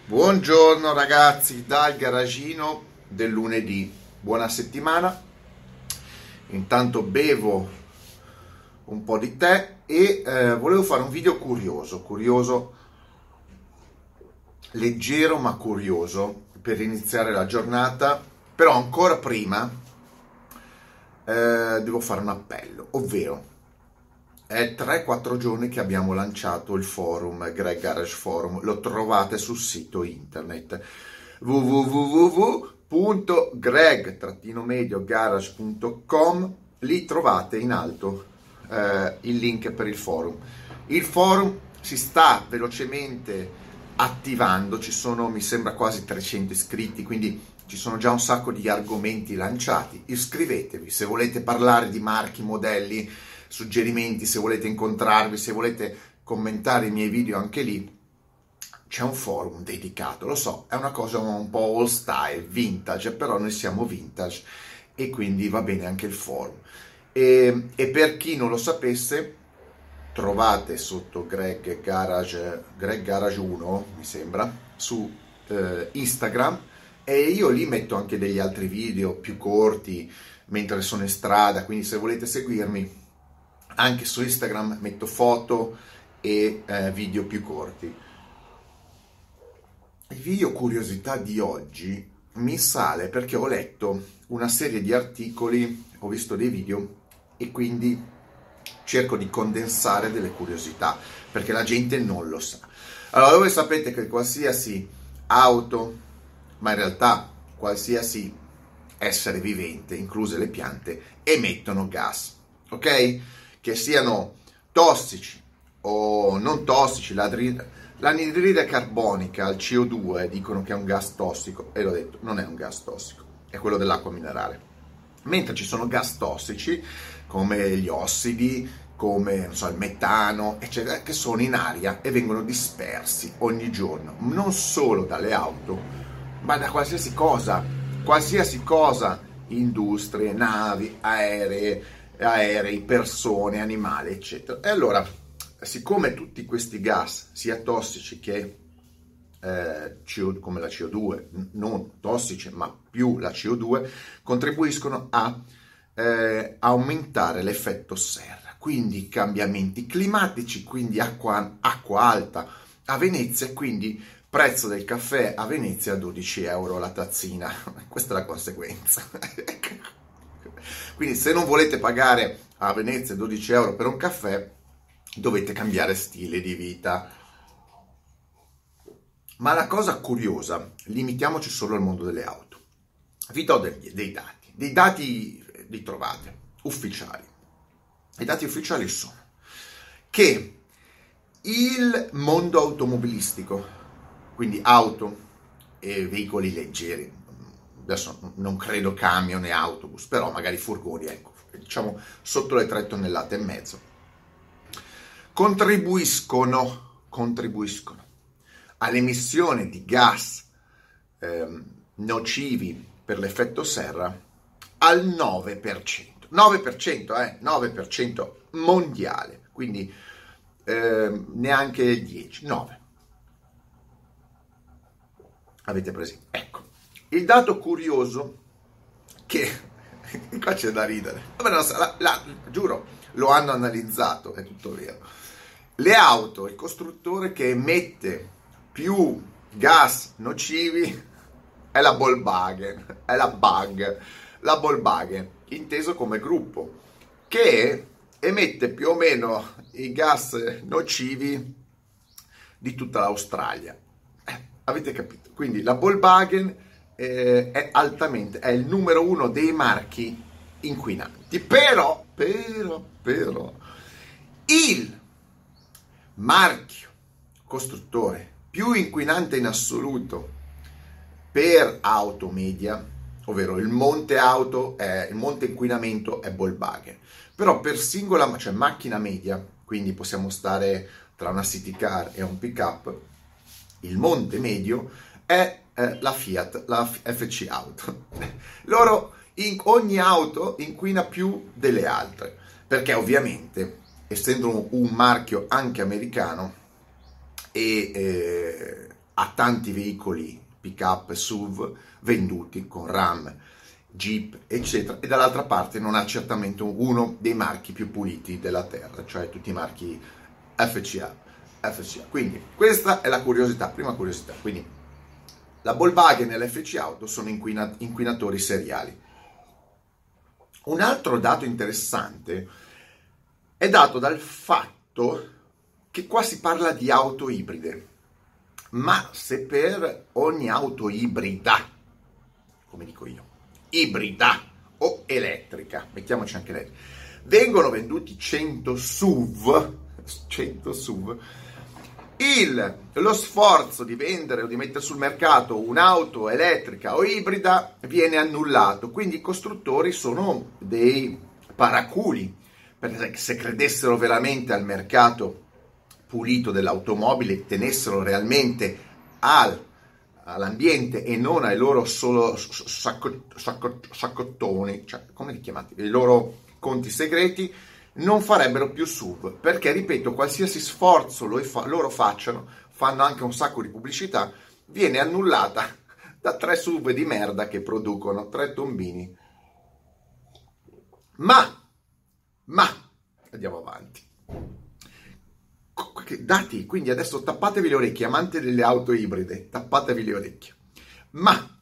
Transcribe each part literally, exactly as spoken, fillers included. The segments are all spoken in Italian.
Buongiorno ragazzi dal garagino del lunedì, buona settimana. Intanto bevo un po' di tè e eh, volevo fare un video curioso, curioso, leggero ma curioso per iniziare la giornata, però ancora prima eh, devo fare un appello, ovvero è tre quattro giorni che abbiamo lanciato il forum, Greg Garage Forum, lo trovate sul sito internet w w w punto greg medio garage punto com, lì trovate in alto eh, il link per il forum. Il forum si sta velocemente attivando, ci sono mi sembra quasi trecento iscritti, quindi ci sono già un sacco di argomenti lanciati. Iscrivetevi se volete parlare di marchi, modelli, suggerimenti, se volete incontrarvi, se volete commentare i miei video anche lì. C'è un forum dedicato, lo so, è una cosa un po' old style, vintage, però noi siamo vintage e quindi va bene anche il forum. E, e per chi non lo sapesse, trovate sotto Greg Garage, Greg Garage uno, mi sembra, su eh, Instagram, e io lì metto anche degli altri video più corti mentre sono in strada, quindi se volete seguirmi anche su Instagram metto foto e eh, video più corti. Il video curiosità di oggi mi sale perché ho letto una serie di articoli, ho visto dei video e quindi cerco di condensare delle curiosità perché la gente non lo sa. Allora, voi sapete che qualsiasi auto, ma in realtà qualsiasi essere vivente, incluse le piante, emettono gas, ok? Che siano tossici o non tossici, l'anidride carbonica, il C O due, dicono che è un gas tossico, e l'ho detto, non è un gas tossico, è quello dell'acqua minerale. Mentre ci sono gas tossici, come gli ossidi, come non so, il metano, eccetera, che sono in aria e vengono dispersi ogni giorno, non solo dalle auto, ma da qualsiasi cosa, qualsiasi cosa, industrie, navi, aeree, aerei, persone, animali, eccetera. E allora, siccome tutti questi gas, sia tossici che eh, C O, come la C O due, non tossici ma più la C O due, contribuiscono a eh, aumentare l'effetto serra, quindi cambiamenti climatici, quindi acqua, acqua alta a Venezia, quindi prezzo del caffè a Venezia dodici euro la tazzina. Questa è la conseguenza. Quindi se non volete pagare a Venezia dodici euro per un caffè, dovete cambiare stile di vita. Ma la cosa curiosa, limitiamoci solo al mondo delle auto. Vi do dei, dei dati, dei dati li trovate, ufficiali. I dati ufficiali sono che il mondo automobilistico, quindi auto e veicoli leggeri, adesso non credo camion e autobus, però magari furgoni, ecco, diciamo sotto le tre tonnellate e mezzo, contribuiscono, contribuiscono all'emissione di gas ehm, nocivi per l'effetto serra al nove per cento. nove per cento, eh, nove per cento mondiale, quindi ehm, neanche il dieci, nove. Avete presente? Ecco. Il dato curioso che qua c'è da ridere, vabbè, no, la, la, giuro, lo hanno analizzato, è tutto vero. Le auto, il costruttore che emette più gas nocivi è la Volkswagen, è la Bug, la Volkswagen, inteso come gruppo, che emette più o meno i gas nocivi di tutta l'Australia. Eh, avete capito? Quindi la Volkswagen eh, è altamente, è il numero uno dei marchi inquinanti. Però, però, però, il marchio costruttore più inquinante in assoluto per auto media, ovvero il monte auto, è, il monte inquinamento è Volkswagen, però per singola, cioè macchina media, quindi possiamo stare tra una city car e un pick up, il monte medio è eh, la Fiat, la F C Auto. Loro, in, ogni auto inquina più delle altre, perché ovviamente, essendo un, un marchio anche americano, e eh, ha tanti veicoli pick-up e S U V venduti con Ram, Jeep, eccetera, e dall'altra parte non ha certamente uno dei marchi più puliti della terra, cioè tutti i marchi F C A. F C A. Quindi questa è la curiosità, prima curiosità. Quindi la Volkswagen e l'F C Auto sono inquina- inquinatori seriali. Un altro dato interessante è dato dal fatto che qua si parla di auto ibride, ma se per ogni auto ibrida, come dico io, ibrida o elettrica, mettiamoci anche elettrica, vengono venduti cento S U V, cento S U V, il, lo sforzo di vendere o di mettere sul mercato un'auto elettrica o ibrida viene annullato, quindi i costruttori sono dei paraculi, perché se credessero veramente al mercato pulito dell'automobile, tenessero realmente al, all'ambiente e non ai loro solo sacco, sacco, saccottoni, cioè come li chiamate, i loro conti segreti, non farebbero più S U V, perché ripeto, qualsiasi sforzo loro facciano, fanno anche un sacco di pubblicità, viene annullata da tre S U V di merda che producono tre tombini. Ma, ma, andiamo avanti. Dati, quindi adesso tappatevi le orecchie, amanti delle auto ibride, tappatevi le orecchie. Ma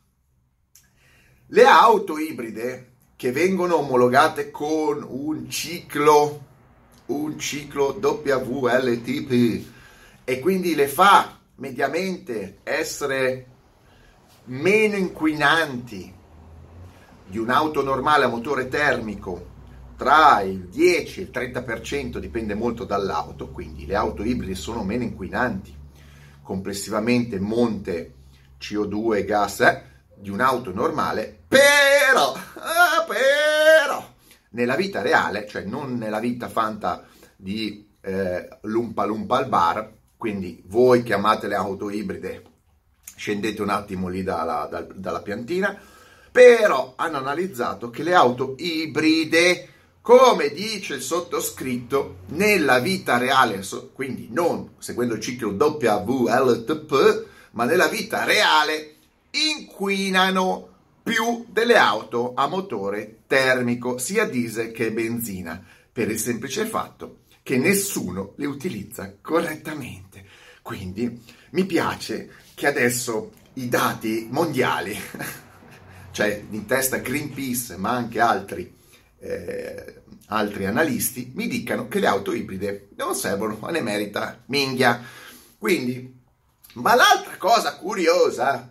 le auto ibride che vengono omologate con un ciclo, un ciclo W L T P e quindi le fa mediamente essere meno inquinanti di un'auto normale a motore termico, tra il dieci e il trenta per cento, dipende molto dall'auto, quindi le auto ibride sono meno inquinanti complessivamente monte C O due e gas eh, di un'auto normale, però, eh, però nella vita reale, cioè non nella vita fanta di eh, lumpa lumpa al bar, quindi voi che amate le auto ibride scendete un attimo lì dalla, dal, dalla piantina, però hanno analizzato che le auto ibride, come dice il sottoscritto, nella vita reale, quindi non seguendo il ciclo W L T P, ma nella vita reale, inquinano più delle auto a motore termico, sia diesel che benzina, per il semplice fatto che nessuno le utilizza correttamente. Quindi mi piace che adesso i dati mondiali, cioè in testa Greenpeace, ma anche altri Eh, altri analisti, mi dicano che le auto ibride non servono, ma ne merita minchia. Quindi, ma l'altra cosa curiosa,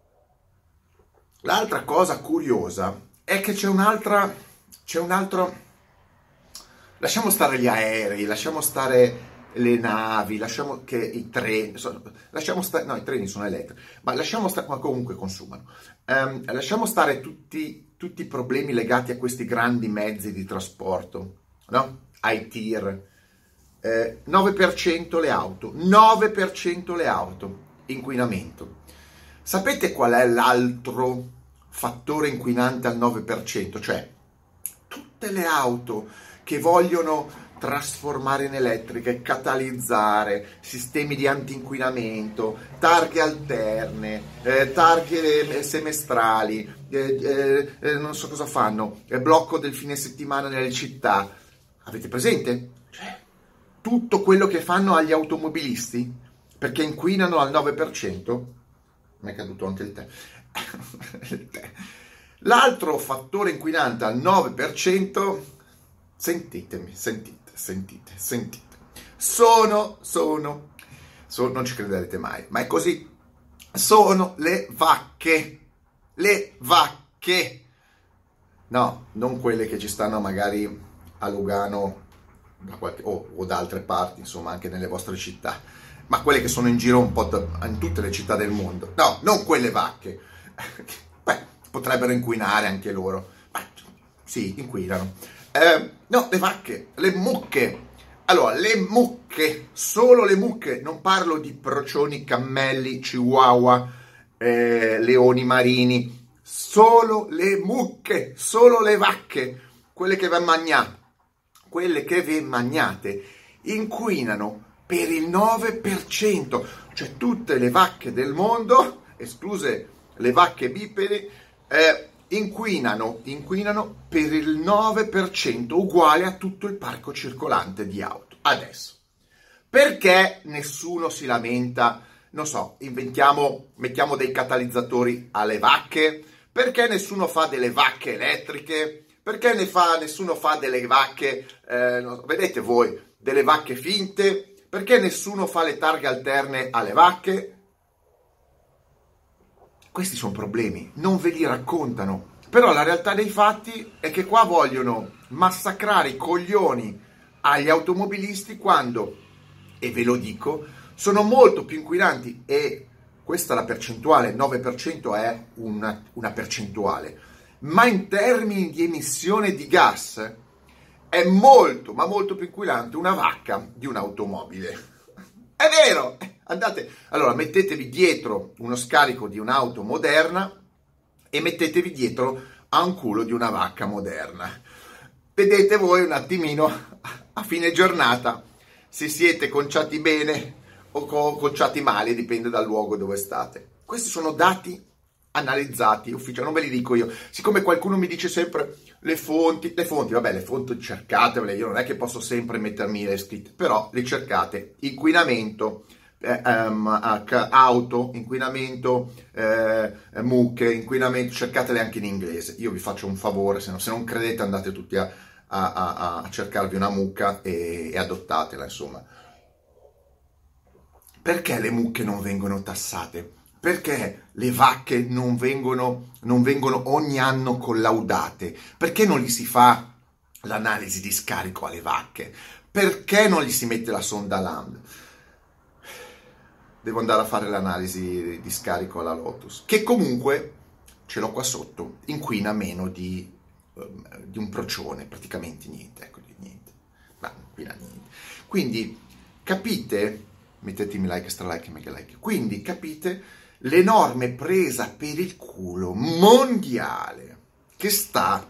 l'altra cosa curiosa è che c'è un'altra, c'è un altro, lasciamo stare gli aerei, lasciamo stare le navi, lasciamo che i treni, lasciamo stare, no, i treni sono elettrici, ma lasciamo stare, ma comunque consumano, um, lasciamo stare tutti tutti i problemi legati a questi grandi mezzi di trasporto, no? Ai tir, eh, nove per cento le auto, nove per cento le auto, inquinamento. Sapete qual è l'altro fattore inquinante al nove per cento? Cioè, tutte le auto che vogliono trasformare in elettriche, catalizzare, sistemi di anti-inquinamento, targhe alterne, eh, targhe semestrali, eh, eh, non so cosa fanno, eh, blocco del fine settimana nelle città. Avete presente? Cioè, tutto quello che fanno agli automobilisti, perché inquinano al nove per cento, mi è caduto anche il tè. il tè. L'altro fattore inquinante al nove per cento, sentitemi, sentite. Sentite, sentite, sono, sono, sono, non ci crederete mai, ma è così, sono le vacche, le vacche, no, non quelle che ci stanno magari a Lugano da qualche, o, o da altre parti, insomma, anche nelle vostre città, ma quelle che sono in giro un po' da, in tutte le città del mondo, no, non quelle vacche, beh, potrebbero inquinare anche loro, ma sì, inquinano. Eh, no, le vacche, le mucche. Allora, le mucche, solo le mucche, non parlo di procioni, cammelli, chihuahua, eh, leoni marini, solo le mucche, solo le vacche, quelle che vi mangiate, quelle che vi mangiate, inquinano per il nove per cento, cioè tutte le vacche del mondo, escluse le vacche bipedi, eh, inquinano, inquinano per il nove per cento, uguale a tutto il parco circolante di auto. Adesso, perché nessuno si lamenta? Non so, inventiamo, mettiamo dei catalizzatori alle vacche? Perché nessuno fa delle vacche elettriche? Perché ne fa, nessuno fa delle vacche, eh, no, vedete voi, delle vacche finte? Perché nessuno fa le targhe alterne alle vacche? Questi sono problemi, non ve li raccontano. Però la realtà dei fatti è che qua vogliono massacrare i coglioni agli automobilisti quando, e ve lo dico, sono molto più inquinanti, e questa è la percentuale, il nove per cento è una, una percentuale, ma in termini di emissione di gas è molto, ma molto più inquinante una vacca di un'automobile. È vero! Andate, allora mettetevi dietro uno scarico di un'auto moderna e mettetevi dietro a un culo di una vacca moderna. Vedete voi un attimino a fine giornata se siete conciati bene o conciati male, dipende dal luogo dove state. Questi sono dati analizzati, ufficiali, non ve li dico io. Siccome qualcuno mi dice sempre le fonti, le fonti, vabbè, le fonti cercatevele, io non è che posso sempre mettermi le scritte, però le cercate. Inquinamento, eh, um, auto, inquinamento, eh, mucche, inquinamento, cercatele anche in inglese. Io vi faccio un favore, se, no, se non credete andate tutti a, a, a, a cercarvi una mucca e, e adottatela, insomma. Perché le mucche non vengono tassate? Perché le vacche non vengono, non vengono ogni anno collaudate? Perché non gli si fa l'analisi di scarico alle vacche? Perché non gli si mette la sonda Land? Devo andare a fare l'analisi di scarico alla Lotus, che comunque, ce l'ho qua sotto, inquina meno di, um, di un procione, praticamente niente, ecco, niente, ma inquina niente. Quindi, capite, mettetemi like, extra like e mega like, quindi capite l'enorme presa per il culo mondiale che sta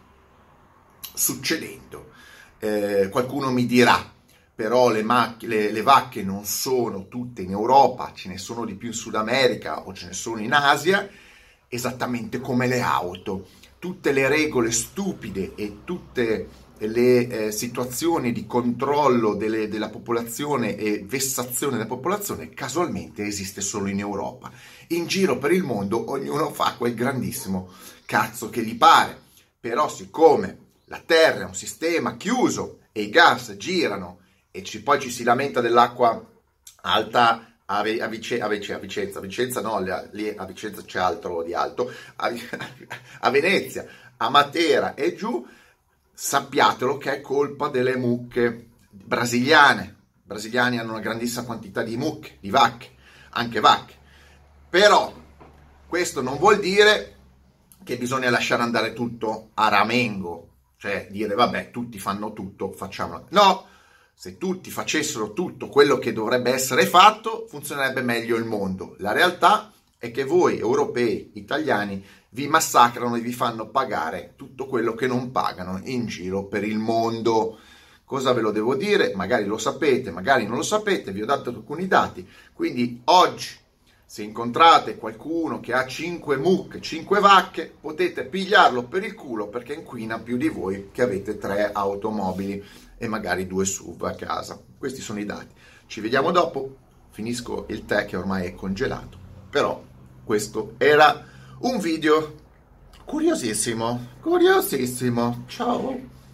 succedendo. Eh, qualcuno mi dirà, però le, le, le vacche non sono tutte in Europa, ce ne sono di più in Sud America o ce ne sono in Asia, esattamente come le auto. Tutte le regole stupide e tutte le eh, situazioni di controllo delle, della popolazione e vessazione della popolazione casualmente esiste solo in Europa. In giro per il mondo ognuno fa quel grandissimo cazzo che gli pare, però siccome la Terra è un sistema chiuso e i gas girano e ci, poi ci si lamenta dell'acqua alta a, a, Vice, a, Vice, a Vicenza, a Vicenza no, lì a Vicenza c'è altro di alto, a, a Venezia, a Matera e giù, sappiatelo che è colpa delle mucche brasiliane. I brasiliani hanno una grandissima quantità di mucche, di vacche, anche vacche. Però questo non vuol dire che bisogna lasciare andare tutto a ramengo, cioè dire vabbè, tutti fanno tutto, facciamolo. No, se tutti facessero tutto quello che dovrebbe essere fatto, funzionerebbe meglio il mondo. La realtà è che voi, europei, italiani, vi massacrano e vi fanno pagare tutto quello che non pagano in giro per il mondo. Cosa ve lo devo dire? Magari lo sapete, magari non lo sapete, vi ho dato alcuni dati. Quindi oggi, se incontrate qualcuno che ha cinque mucche, cinque vacche, potete pigliarlo per il culo perché inquina più di voi che avete tre automobili e magari due S U V a casa. Questi sono i dati. Ci vediamo dopo, finisco il tè che ormai è congelato, però questo era un video curiosissimo, curiosissimo. Ciao!